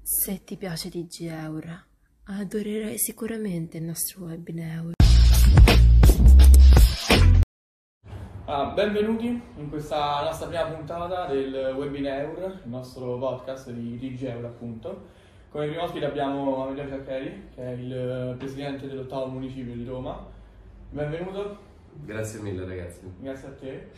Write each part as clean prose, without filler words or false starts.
Se ti piace DigiEuro, adorerai sicuramente il nostro webinar. Benvenuti in questa nostra prima puntata del webinar, il nostro podcast di DigiEuro appunto. Come primo ospite abbiamo Amedeo Ciaccheri, che è il presidente dell'8° municipio di Roma. Benvenuto. Grazie mille ragazzi. Grazie a te.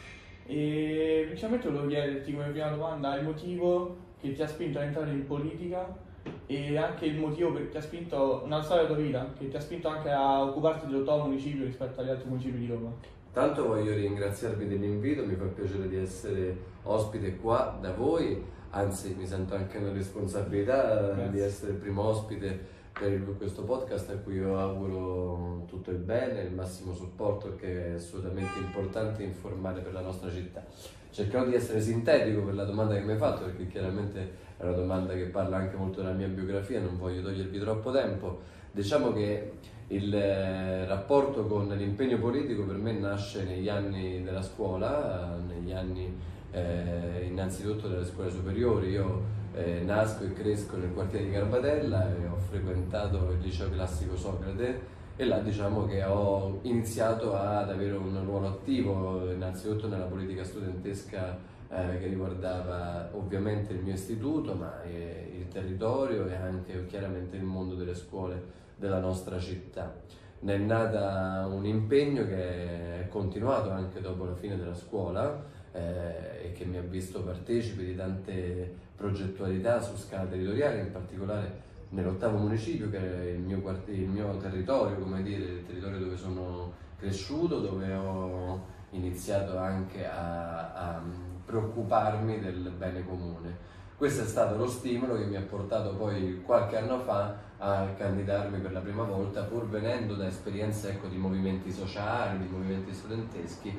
E principalmente volevo chiederti come prima domanda il motivo che ti ha spinto ad entrare in politica e anche il motivo che ti ha spinto, una storia della tua vita, che ti ha spinto anche a occuparti dell'8° municipio rispetto agli altri municipi di Roma. Tanto voglio ringraziarvi dell'invito, mi fa piacere di essere ospite qua da voi, anzi mi sento anche una responsabilità di essere il primo ospite per questo podcast a cui io auguro tutto il bene, il massimo supporto, perché è assolutamente importante informare per la nostra città. Cercherò di essere sintetico per la domanda che mi hai fatto, perché chiaramente è una domanda che parla anche molto della mia biografia, non voglio togliervi troppo tempo. Diciamo che il rapporto con l'impegno politico per me nasce negli anni della scuola, negli anni innanzitutto delle scuole superiori. Io nasco e cresco nel quartiere di Garbatella e ho frequentato il liceo classico Socrate e là diciamo che ho iniziato ad avere un ruolo attivo innanzitutto nella politica studentesca che riguardava ovviamente il mio istituto, ma il territorio e anche chiaramente il mondo delle scuole della nostra città. Ne è nata un impegno che è continuato anche dopo la fine della scuola e che mi ha visto partecipe di tante progettualità su scala territoriale, in particolare nell'8° municipio, che è il mio territorio, come dire, il territorio dove sono cresciuto, dove ho iniziato anche a preoccuparmi del bene comune. Questo è stato lo stimolo che mi ha portato poi qualche anno fa a candidarmi per la prima volta, pur venendo da esperienze di movimenti sociali, di movimenti studenteschi,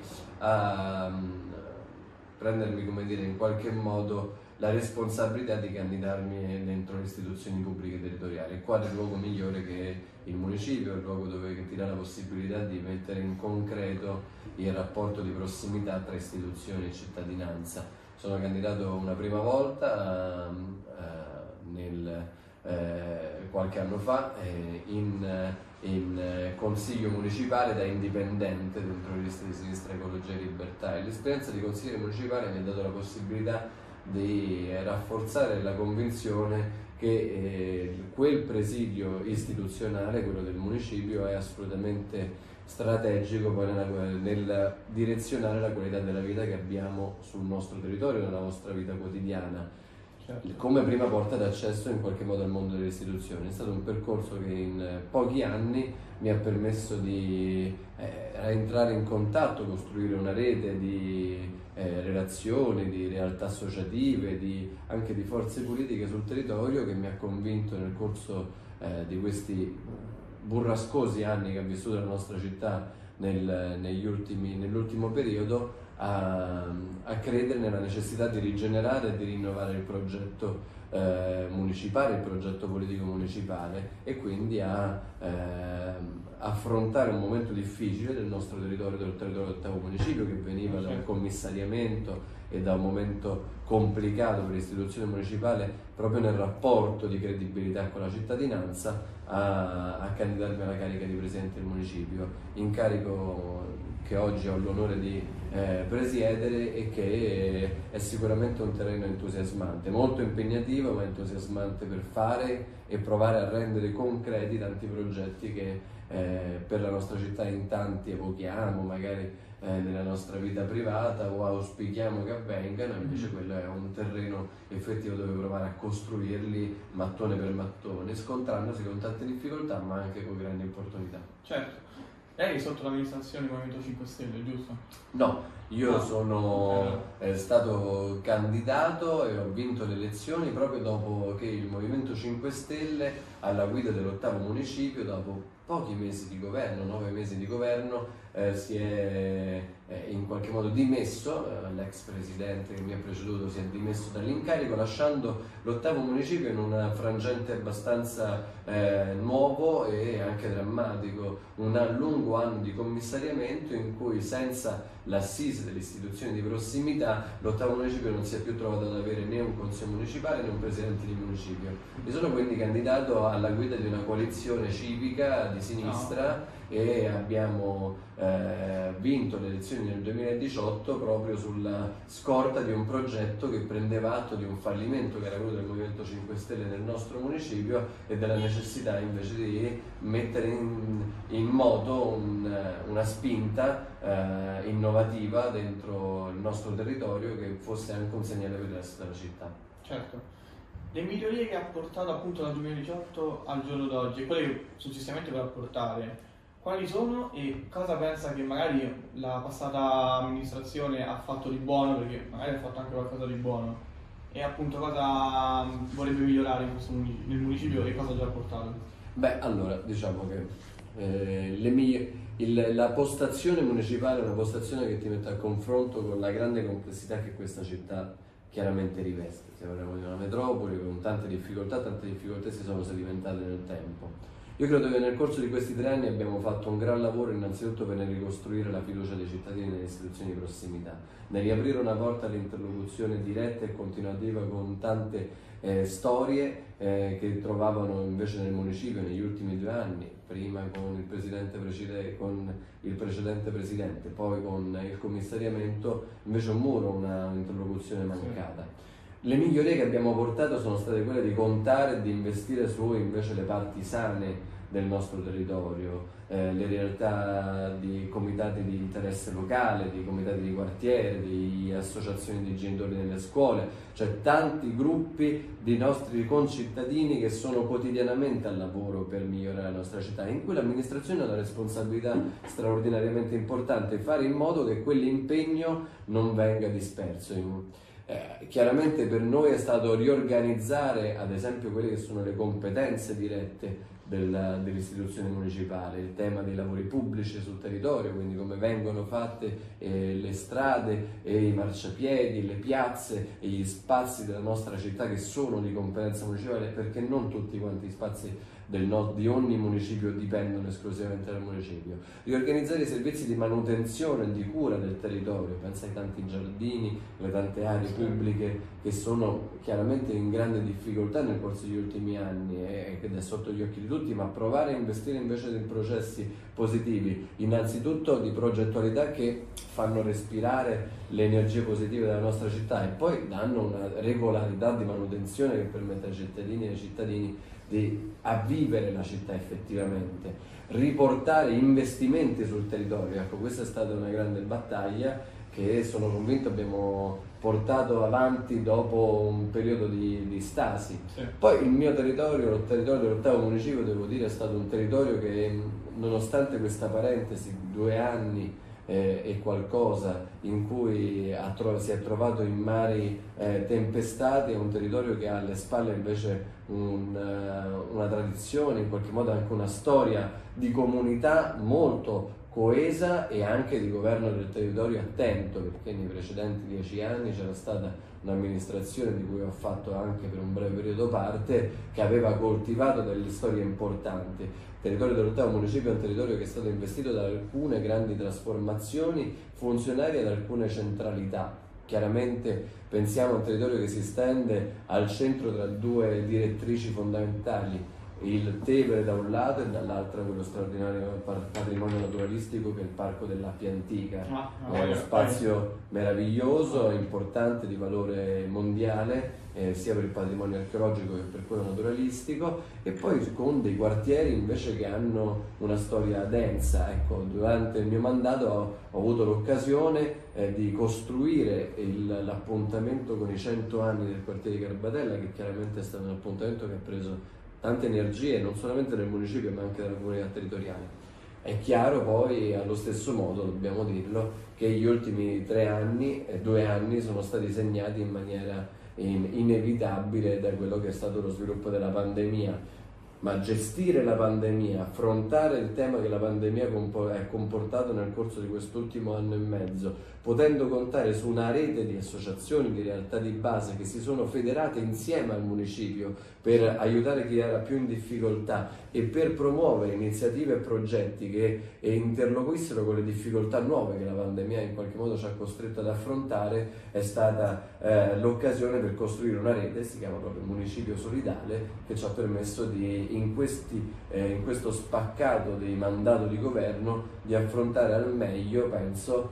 a prendermi, come dire, in qualche modo la responsabilità di candidarmi dentro le istituzioni pubbliche territoriali. E quale luogo migliore che il municipio, il luogo che ti dà la possibilità di mettere in concreto il rapporto di prossimità tra istituzioni e cittadinanza. Sono candidato una prima volta qualche anno fa in consiglio municipale da indipendente dentro le liste di Sinistra Ecologia e Libertà, e l'esperienza di consigliere municipale mi ha dato la possibilità di rafforzare la convinzione che quel presidio istituzionale, quello del municipio, è assolutamente strategico poi nel direzionare la qualità della vita che abbiamo sul nostro territorio, nella nostra vita quotidiana, come prima porta d'accesso in qualche modo al mondo delle istituzioni. È stato un percorso che in pochi anni mi ha permesso di entrare in contatto, costruire una rete di relazioni, di realtà associative, anche di forze politiche sul territorio, che mi ha convinto nel corso di questi burrascosi anni che ha vissuto la nostra città nell'ultimo periodo a credere nella necessità di rigenerare e di rinnovare il progetto municipale, il progetto politico municipale, e quindi a affrontare un momento difficile del nostro territorio, del territorio dell'8° municipio, che veniva da un commissariamento e da un momento complicato per l'istituzione municipale proprio nel rapporto di credibilità con la cittadinanza, a candidarmi alla carica di presidente del municipio, incarico che oggi ho l'onore di presiedere e che è sicuramente un terreno entusiasmante, molto impegnativo ma entusiasmante per fare e provare a rendere concreti tanti progetti che per la nostra città in tanti evochiamo magari nella nostra vita privata o auspichiamo che avvengano. Invece quello è un terreno effettivo dove provare a costruirli mattone per mattone, scontrandosi con tante difficoltà ma anche con grandi opportunità. Certo. Lei è sotto l'amministrazione Movimento 5 Stelle, giusto? No, io sono stato candidato e ho vinto le elezioni proprio dopo che il Movimento 5 Stelle, alla guida dell'8° municipio, dopo pochi mesi di governo, 9 mesi di governo, si è in qualche modo dimesso, l'ex presidente che mi ha preceduto si è dimesso dall'incarico, lasciando l'8° municipio in un frangente abbastanza nuovo e anche drammatico, un lungo anno di commissariamento in cui, senza l'assise crisi delle istituzioni di prossimità l'ottavo municipio non si è più trovato ad avere né un consiglio municipale né un presidente di municipio. Mi sono quindi candidato alla guida di una coalizione civica di sinistra e abbiamo vinto le elezioni nel 2018 proprio sulla scorta di un progetto che prendeva atto di un fallimento che era quello del Movimento 5 Stelle nel nostro municipio e della necessità invece di mettere in moto una spinta innovativa dentro il nostro territorio che fosse anche un segnale per il resto della città. Certo. Le migliorie che ha portato appunto dal 2018 al giorno d'oggi e quelle che successivamente vorrà portare, quali sono e cosa pensa che magari la passata amministrazione ha fatto di buono, perché magari ha fatto anche qualcosa di buono, e appunto cosa vorrebbe migliorare nel municipio e cosa già ha portato? Beh, allora, diciamo che la postazione municipale è una postazione che ti mette a confronto con la grande complessità che questa città chiaramente riveste. Parliamo di una metropoli con tante difficoltà si sono sedimentate nel tempo. Io credo che nel corso di questi 3 anni abbiamo fatto un gran lavoro innanzitutto per ricostruire la fiducia dei cittadini nelle istituzioni di prossimità, nel riaprire una porta all'interlocuzione diretta e continuativa con tante storie che trovavano invece nel municipio negli ultimi 2 anni, prima con il precedente presidente, poi con il commissariamento, invece un muro, una interlocuzione mancata. Le migliorie che abbiamo portato sono state quelle di contare e di investire su invece le parti sane del nostro territorio, le realtà di comitati di interesse locale, di comitati di quartiere, di associazioni di genitori nelle scuole, cioè tanti gruppi di nostri concittadini che sono quotidianamente al lavoro per migliorare la nostra città, in cui l'amministrazione ha una responsabilità straordinariamente importante, fare in modo che quell'impegno non venga disperso. Chiaramente per noi è stato riorganizzare ad esempio quelle che sono le competenze dirette dell'istituzione municipale, il tema dei lavori pubblici sul territorio, quindi come vengono fatte le strade e i marciapiedi, le piazze e gli spazi della nostra città che sono di competenza municipale, perché non tutti quanti gli spazi di ogni municipio dipendono esclusivamente dal municipio. Riorganizzare i servizi di manutenzione e di cura del territorio, pensa ai tanti giardini, alle tante aree pubbliche che sono chiaramente in grande difficoltà nel corso degli ultimi anni ed è sotto gli occhi di tutti, ma provare a investire invece in processi positivi, innanzitutto di progettualità che fanno respirare le energie positive della nostra città e poi danno una regolarità di manutenzione che permette ai cittadini e ai cittadini di vivere la città effettivamente, riportare investimenti sul territorio. Ecco, questa è stata una grande battaglia che sono convinto abbiamo portato avanti dopo un periodo di stasi. Sì. Poi il mio territorio, il territorio dell'ottavo municipio, devo dire, è stato un territorio che nonostante questa parentesi, 2 anni e qualcosa in cui si è trovato in mari tempestati, è un territorio che ha alle spalle invece una tradizione, in qualche modo anche una storia di comunità molto coesa e anche di governo del territorio attento, perché nei precedenti 10 anni c'era stata un'amministrazione di cui ho fatto anche per un breve periodo parte, che aveva coltivato delle storie importanti. Il territorio dell'ottavo municipio è un territorio che è stato investito da alcune grandi trasformazioni funzionali ad alcune centralità. Chiaramente pensiamo a un territorio che si stende al centro tra 2 direttrici fondamentali, il Tevere da un lato e dall'altro quello straordinario patrimonio naturalistico che è il Parco dell'Appia Antica, è uno spazio meraviglioso, importante, di valore mondiale, sia per il patrimonio archeologico che per quello naturalistico, e poi con dei quartieri invece che hanno una storia densa. Ecco, durante il mio mandato ho avuto l'occasione di costruire l'appuntamento con i 100 anni del quartiere di Garbatella, che chiaramente è stato un appuntamento che ha preso tante energie non solamente del municipio ma anche della comunità territoriale. È chiaro poi, allo stesso modo, dobbiamo dirlo, che gli ultimi 3 anni e 2 anni sono stati segnati in maniera inevitabile da quello che è stato lo sviluppo della pandemia. ma gestire la pandemia, affrontare il tema che la pandemia è comportato nel corso di quest'ultimo anno e mezzo, potendo contare su una rete di associazioni, di realtà di base che si sono federate insieme al municipio per aiutare chi era più in difficoltà e per promuovere iniziative e progetti che interloquissero con le difficoltà nuove che la pandemia in qualche modo ci ha costretto ad affrontare, è stata l'occasione per costruire una rete, si chiama proprio Municipio Solidale, che ci ha permesso di, in questo spaccato di mandato di governo, di affrontare al meglio, penso,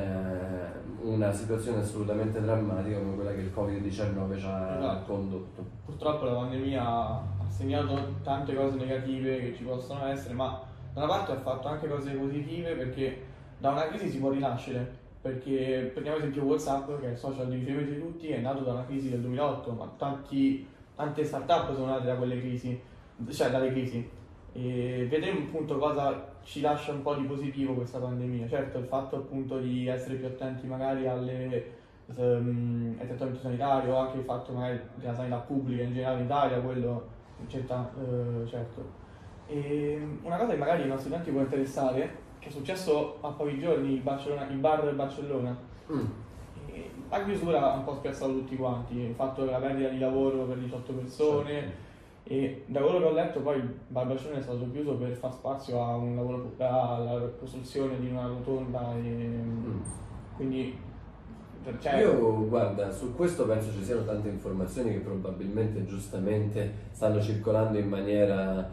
una situazione assolutamente drammatica come quella che il Covid-19 ci ha condotto. Purtroppo la pandemia ha segnato tante cose negative che ci possono essere, ma da una parte ha fatto anche cose positive, perché da una crisi si può rinascere. Perché prendiamo esempio WhatsApp, che è il social di riferimento di tutti, è nato da una crisi del 2008, ma tante start-up sono nate da quelle crisi, cioè dalle crisi. E vedremo appunto cosa ci lascia un po' di positivo questa pandemia. Certo, il fatto appunto di essere più attenti magari al trattamento sanitario, o anche il fatto magari della sanità pubblica in generale in Italia, quello certo. E una cosa che magari ai nostri studenti può interessare, che è successo a pochi giorni il bar del Barcellona. La chiusura ha un po' spiazzato tutti quanti, il fatto della perdita di lavoro per 18 persone. Certo. E da quello che ho letto poi il bar Barcellona è stato chiuso per far spazio a un lavoro, alla costruzione di una rotonda, quindi io guarda, su questo penso ci siano tante informazioni che probabilmente giustamente stanno circolando in maniera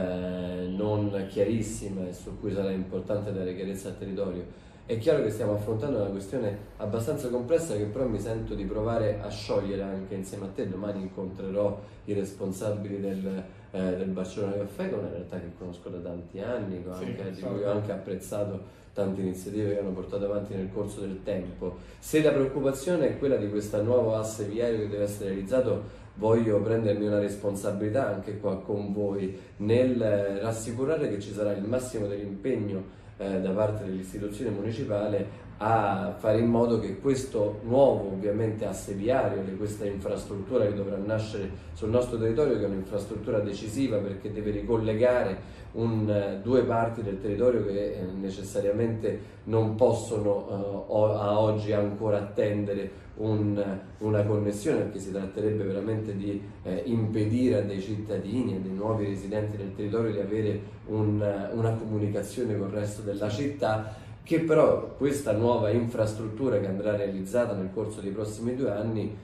non chiarissima e su cui sarà importante dare chiarezza al territorio. È chiaro che stiamo affrontando una questione abbastanza complessa che però mi sento di provare a sciogliere anche insieme a te. Domani incontrerò i responsabili del Barcellona Caffè, che è una realtà che conosco da tanti anni, di cui ho anche apprezzato tante iniziative che hanno portato avanti nel corso del tempo. Se la preoccupazione è quella di questo nuovo asse viario che deve essere realizzato, voglio prendermi una responsabilità anche qua con voi nel rassicurare che ci sarà il massimo dell'impegno da parte dell'istituzione municipale a fare in modo che questo nuovo ovviamente asse viario, di questa infrastruttura che dovrà nascere sul nostro territorio, che è un'infrastruttura decisiva perché deve ricollegare due parti del territorio che necessariamente non possono a oggi ancora attendere una connessione, perché si tratterebbe veramente di impedire a dei cittadini e dei nuovi residenti del territorio di avere una comunicazione con il resto della città, che però questa nuova infrastruttura che andrà realizzata nel corso dei prossimi 2 anni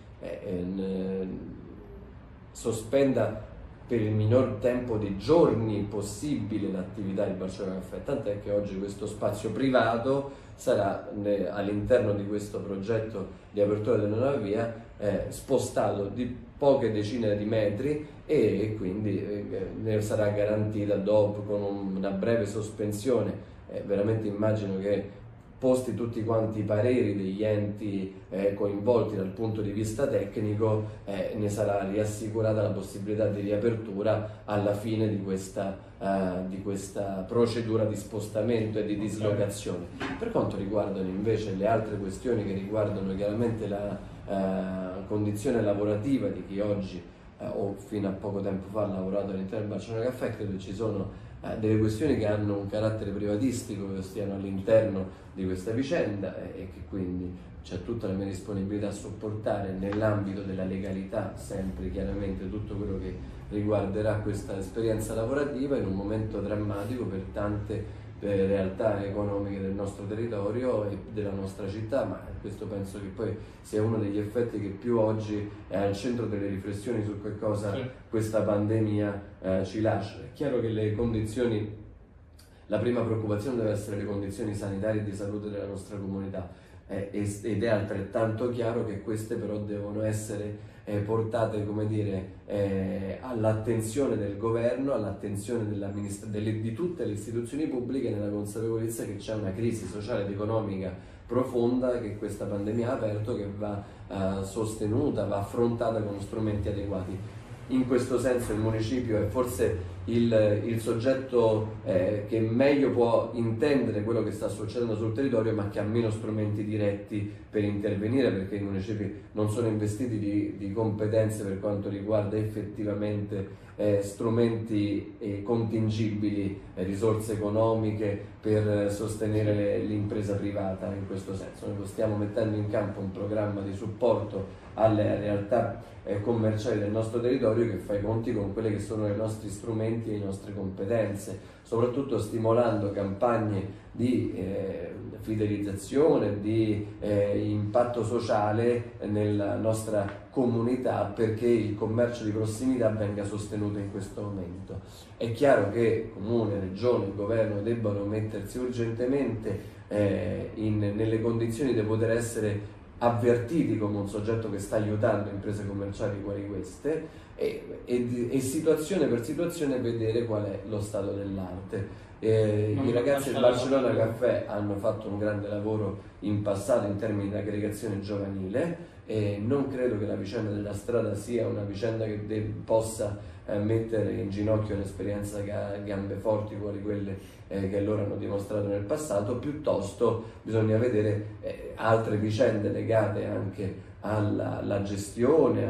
sospenda per il minor tempo di giorni possibile l'attività di Barcellona Caffè, tant'è che oggi questo spazio privato sarà all'interno di questo progetto di apertura della nuova via spostato di poche decine di metri e quindi ne sarà garantita dopo con una breve sospensione. Veramente immagino che, posti tutti quanti i pareri degli enti coinvolti dal punto di vista tecnico, ne sarà riassicurata la possibilità di riapertura alla fine di questa procedura di spostamento e di dislocazione. Per quanto riguardano invece le altre questioni che riguardano chiaramente la condizione lavorativa di chi oggi o fino a poco tempo fa ha lavorato all'interno del Barcellona Caffè, credo ci sono delle questioni che hanno un carattere privatistico, che stiano all'interno di questa vicenda e che quindi c'è tutta la mia disponibilità a supportare nell'ambito della legalità sempre chiaramente tutto quello che riguarderà questa esperienza lavorativa in un momento drammatico per tante realtà economiche del nostro territorio e della nostra città, ma questo penso che poi sia uno degli effetti che più oggi è al centro delle riflessioni su che cosa questa pandemia ci lascia. È chiaro che le condizioni, la prima preoccupazione deve essere le condizioni sanitarie e di salute della nostra comunità ed è altrettanto chiaro che queste però devono essere portate, come dire, all'attenzione del governo, all'attenzione di tutte le istituzioni pubbliche, nella consapevolezza che c'è una crisi sociale ed economica profonda che questa pandemia ha aperto, che va sostenuta, va affrontata con strumenti adeguati. in questo senso il municipio è forse il soggetto che meglio può intendere quello che sta succedendo sul territorio, ma che ha meno strumenti diretti per intervenire, perché i municipi non sono investiti di competenze per quanto riguarda effettivamente strumenti contingibili, risorse economiche per sostenere l'impresa privata in questo senso. Noi stiamo mettendo in campo un programma di supporto alle realtà commerciali del nostro territorio che fa i conti con quelli che sono i nostri strumenti e le nostre competenze, soprattutto stimolando campagne di fidelizzazione, di impatto sociale nella nostra comunità, perché il commercio di prossimità venga sostenuto in questo momento. È chiaro che Comune, Regione e Governo debbano mettersi urgentemente nelle condizioni di poter essere avvertiti come un soggetto che sta aiutando imprese commerciali quali queste e situazione per situazione vedere qual è lo stato dell'arte. I ragazzi del Barcellona Caffè hanno fatto un grande lavoro in passato in termini di aggregazione giovanile e non credo che la vicenda della strada sia una vicenda che possa mettere in ginocchio un'esperienza che ha gambe forti quali quelle che loro hanno dimostrato nel passato. Piuttosto bisogna vedere altre vicende legate anche alla gestione,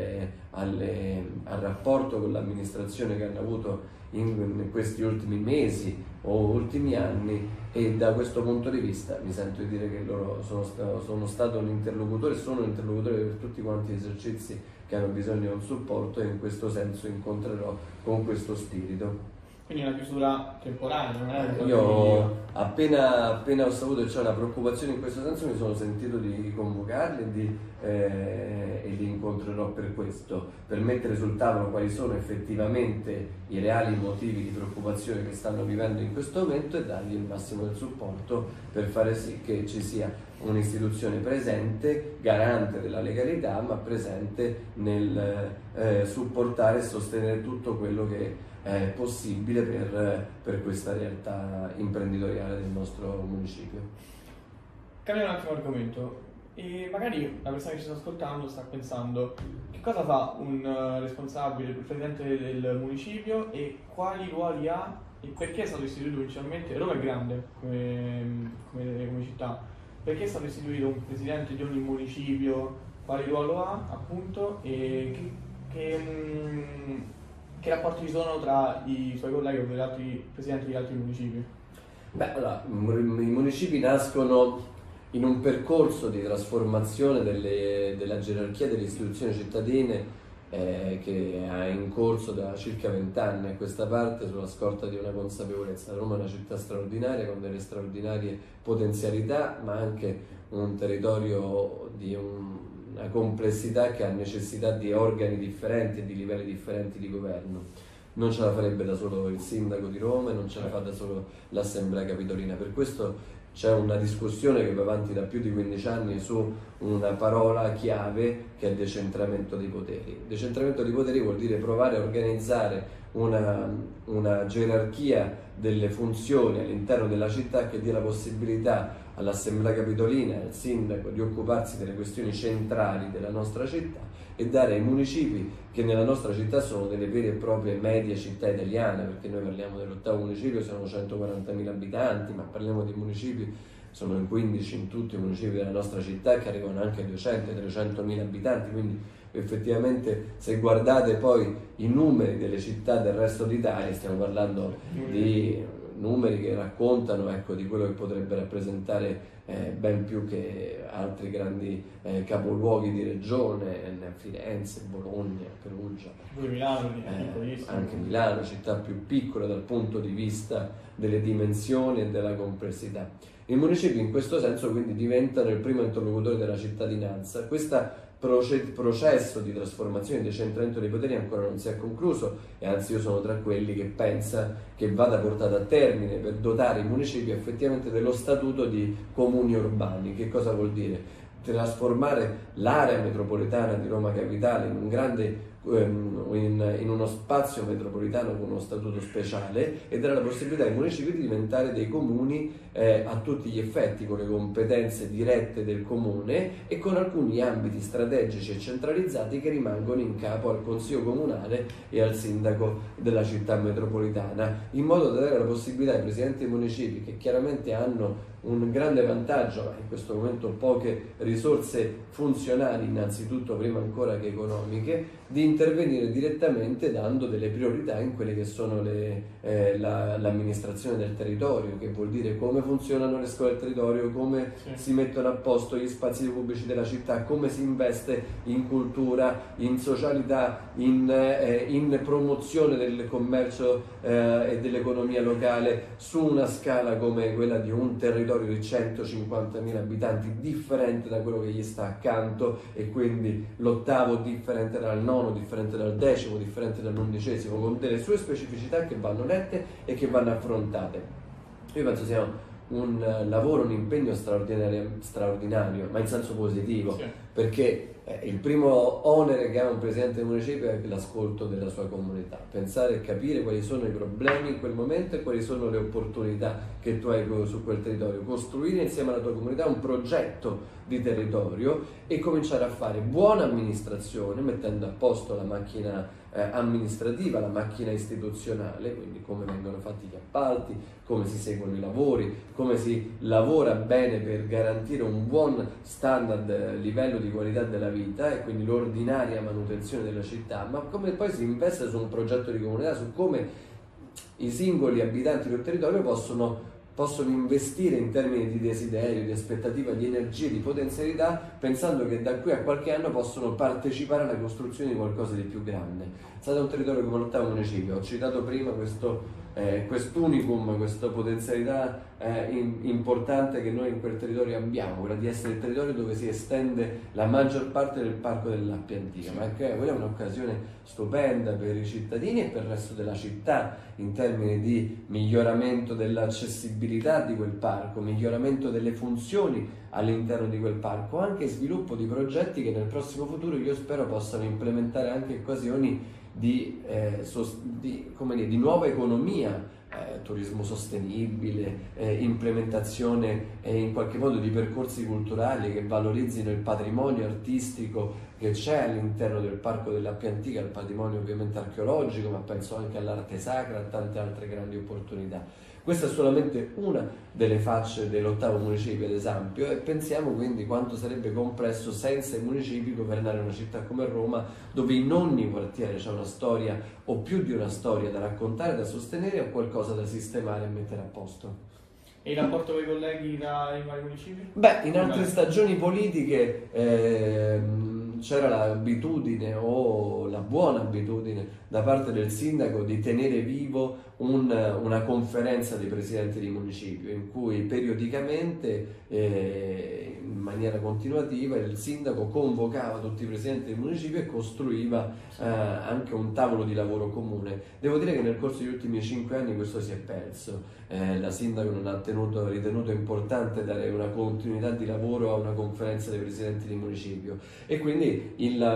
al rapporto con l'amministrazione che hanno avuto in questi ultimi mesi o ultimi anni, e da questo punto di vista mi sento di dire che loro sono stato un interlocutore, sono un interlocutore per tutti quanti gli esercizi che hanno bisogno di un supporto, e in questo senso incontrerò con questo spirito. Quindi una chiusura temporanea, non è? Io appena ho saputo che c'è una preoccupazione in questo senso mi sono sentito di convocarli e li incontrerò per questo, per mettere sul tavolo quali sono effettivamente i reali motivi di preoccupazione che stanno vivendo in questo momento e dargli il massimo del supporto per fare sì che ci sia un'istituzione presente, garante della legalità, ma presente nel supportare e sostenere tutto quello che è possibile per questa realtà imprenditoriale del nostro municipio. Cambiamo un attimo argomento, e magari la persona che ci sta ascoltando sta pensando: che cosa fa un responsabile, il presidente del municipio, e quali ruoli ha, e perché è stato istituito inizialmente? Roma è grande come città, perché è stato istituito un presidente di ogni municipio, quale ruolo ha appunto, e che rapporti ci sono tra i suoi colleghi o gli altri presidenti di altri municipi? Beh, allora, i municipi nascono in un percorso di trasformazione della gerarchia delle istituzioni cittadine che è in corso da circa 20 anni a questa parte, sulla scorta di una consapevolezza. Roma è una città straordinaria con delle straordinarie potenzialità, ma anche un territorio di una complessità che ha necessità di organi differenti e di livelli differenti di governo. Non ce la farebbe da solo il sindaco di Roma e non ce la fa da solo l'Assemblea Capitolina. Per questo c'è una discussione che va avanti da più di 15 anni su una parola chiave che è decentramento dei poteri. Decentramento dei poteri vuol dire provare a organizzare una gerarchia delle funzioni all'interno della città che dia la possibilità all'Assemblea Capitolina e al sindaco di occuparsi delle questioni centrali della nostra città e dare ai municipi, che nella nostra città sono delle vere e proprie medie città italiane, perché noi parliamo dell'8° municipio, siamo 140.000 abitanti, ma parliamo di municipi, sono in 15 in tutti i municipi della nostra città che arrivano anche a 200-300.000 abitanti, quindi effettivamente se guardate poi i numeri delle città del resto d'Italia stiamo parlando di numeri che raccontano, ecco, di quello che potrebbe rappresentare ben più che altri grandi capoluoghi di regione, Firenze, Bologna, Perugia, Milano, anche Milano, città più piccola dal punto di vista delle dimensioni e della complessità. I municipi in questo senso quindi diventano il primo interlocutore della cittadinanza. Questo processo di trasformazione e decentramento dei poteri ancora non si è concluso, e anzi io sono tra quelli che pensa che vada portato a termine per dotare i municipi effettivamente dello statuto di comuni urbani. Che cosa vuol dire? Trasformare l'area metropolitana di Roma Capitale in un grande in uno spazio metropolitano con uno statuto speciale e dare la possibilità ai municipi di diventare dei comuni a tutti gli effetti, con le competenze dirette del comune e con alcuni ambiti strategici e centralizzati che rimangono in capo al Consiglio Comunale e al Sindaco della città metropolitana, in modo da dare la possibilità ai presidenti dei municipi, che chiaramente hanno un grande vantaggio, ma in questo momento poche risorse funzionali innanzitutto, prima ancora che economiche, di intervenire direttamente dando delle priorità in quelle che sono l'amministrazione del territorio, che vuol dire come funzionano le scuole del territorio, come si mettono a posto gli spazi pubblici della città, come si investe in cultura, in socialità, in promozione del commercio e dell'economia locale su una scala come quella di un territorio di 150.000 abitanti, differente da quello che gli sta accanto, e quindi l'8º differente dal 9º, differente dal 10º, differente dall'11º, con delle sue specificità che vanno lette e che vanno affrontate. Io penso sia un lavoro, un impegno straordinario, ma in senso positivo, perché il primo onere che ha un presidente del municipio è l'ascolto della sua comunità, pensare e capire quali sono i problemi in quel momento e quali sono le opportunità che tu hai su quel territorio, costruire insieme alla tua comunità un progetto di territorio e cominciare a fare buona amministrazione, mettendo a posto la macchina amministrativa, la macchina istituzionale, quindi come vengono fatti gli appalti, come si seguono i lavori, come si lavora bene per garantire un buon standard, livello di qualità della vita e quindi l'ordinaria manutenzione della città, ma come poi si investe su un progetto di comunità, su come i singoli abitanti del territorio possono investire in termini di desiderio, di aspettativa, di energia, di potenzialità, pensando che da qui a qualche anno possono partecipare alla costruzione di qualcosa di più grande. State un territorio come l'8º municipio, ho citato prima quest'unicum, questa potenzialità importante che noi in quel territorio abbiamo, quella di essere il territorio dove si estende la maggior parte del parco dell'Appia Antica, ma quella è un'occasione stupenda per i cittadini e per il resto della città in termini di miglioramento dell'accessibilità di quel parco, miglioramento delle funzioni all'interno di quel parco, anche sviluppo di progetti che nel prossimo futuro io spero possano implementare anche occasioni di nuova economia, turismo sostenibile, implementazione in qualche modo di percorsi culturali che valorizzino il patrimonio artistico che c'è all'interno del Parco dell'Appia Antica, il patrimonio ovviamente archeologico, ma penso anche all'arte sacra, a tante altre grandi opportunità. Questa è solamente una delle facce dell'8º municipio, ad esempio, e pensiamo quindi quanto sarebbe complesso senza i municipi governare una città come Roma, dove in ogni quartiere c'è una storia o più di una storia da raccontare, da sostenere o qualcosa da sistemare e mettere a posto. E il rapporto con i colleghi tra i vari municipi? Beh, in altre stagioni politiche c'era l'abitudine o la buona abitudine da parte del sindaco di tenere vivo una conferenza dei presidenti di municipio in cui periodicamente in maniera continuativa il sindaco convocava tutti i presidenti del municipio e costruiva anche un tavolo di lavoro comune. Devo dire che nel corso degli ultimi 5 anni questo si è perso. La sindaco non ha ritenuto importante dare una continuità di lavoro a una conferenza dei presidenti di municipio e quindi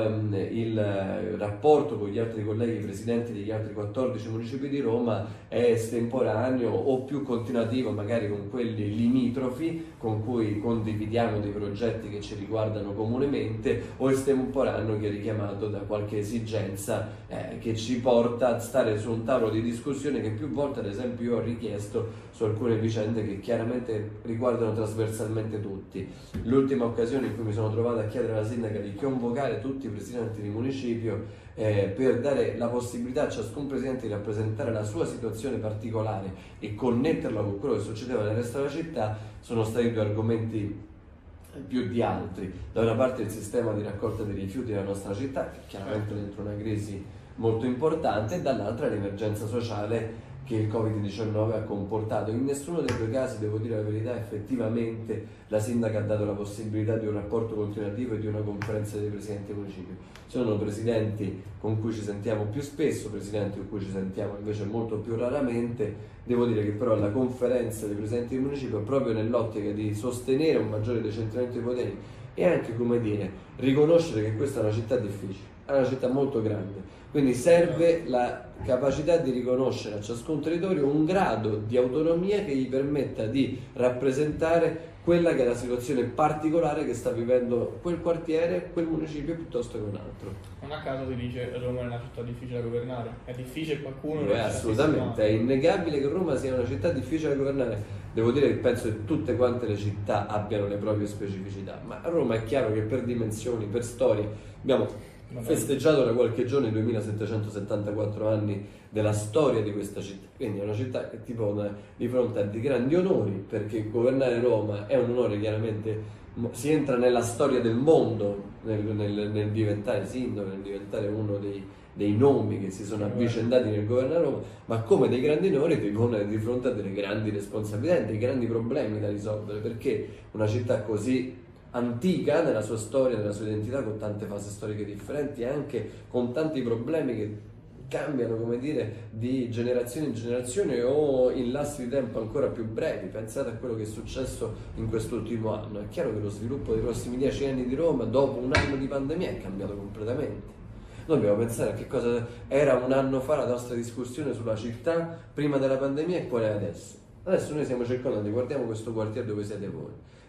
il rapporto con gli altri colleghi presidenti degli altri 14 municipi di Roma è estemporaneo o più continuativo magari con quelli limitrofi con cui condividiamo dei progetti che ci riguardano comunemente, o estemporaneo che è richiamato da qualche esigenza che ci porta a stare su un tavolo di discussione che più volte ad esempio io ho richiesto su alcune vicende che chiaramente riguardano trasversalmente tutti. L'ultima occasione in cui mi sono trovato a chiedere alla sindaca di convocare tutti i presidenti di municipio per dare la possibilità a ciascun presidente di rappresentare la sua situazione particolare e connetterla con quello che succedeva nel resto della città sono stati 2 argomenti più di altri. Da una parte il sistema di raccolta dei rifiuti della nostra città, che chiaramente dentro una crisi molto importante, e dall'altra l'emergenza sociale che il Covid-19 ha comportato. In nessuno dei 2 casi, devo dire la verità, effettivamente la sindaca ha dato la possibilità di un rapporto continuativo e di una conferenza dei presidenti del municipio. Sono presidenti con cui ci sentiamo più spesso, presidenti con cui ci sentiamo invece molto più raramente. Devo dire che però la conferenza dei presidenti del municipio, proprio nell'ottica di sostenere un maggiore decentramento dei poteri e anche, come dire, riconoscere che questa è una città difficile. è una città molto grande, quindi serve la capacità di riconoscere a ciascun territorio un grado di autonomia che gli permetta di rappresentare quella che è la situazione particolare che sta vivendo quel quartiere, quel municipio piuttosto che un altro. Non a caso si dice Roma è una città difficile da governare, è difficile qualcuno... Lo è assolutamente, è innegabile che Roma sia una città difficile da governare. Devo dire che penso che tutte quante le città abbiano le proprie specificità, ma a Roma è chiaro che per dimensioni, per storie, abbiamo festeggiato da qualche giorno i 2774 anni della storia di questa città, quindi è una città che ti pone di fronte a dei grandi onori, perché governare Roma è un onore, chiaramente si entra nella storia del mondo nel diventare sindaco, nel diventare uno dei nomi che si sono avvicendati nel governare Roma, ma come dei grandi onori ti pone di fronte a delle grandi responsabilità e dei grandi problemi da risolvere, perché una città così antica nella sua storia, nella sua identità, con tante fasi storiche differenti e anche con tanti problemi che cambiano, come dire, di generazione in generazione o in lassi di tempo ancora più brevi. Pensate a quello che è successo in quest'ultimo anno. È chiaro che lo sviluppo dei prossimi 10 anni di Roma, dopo un anno di pandemia, è cambiato completamente. Noi dobbiamo pensare a che cosa era un anno fa la nostra discussione sulla città prima della pandemia e qual è adesso. Adesso noi stiamo circondati, guardiamo questo quartiere dove siete voi.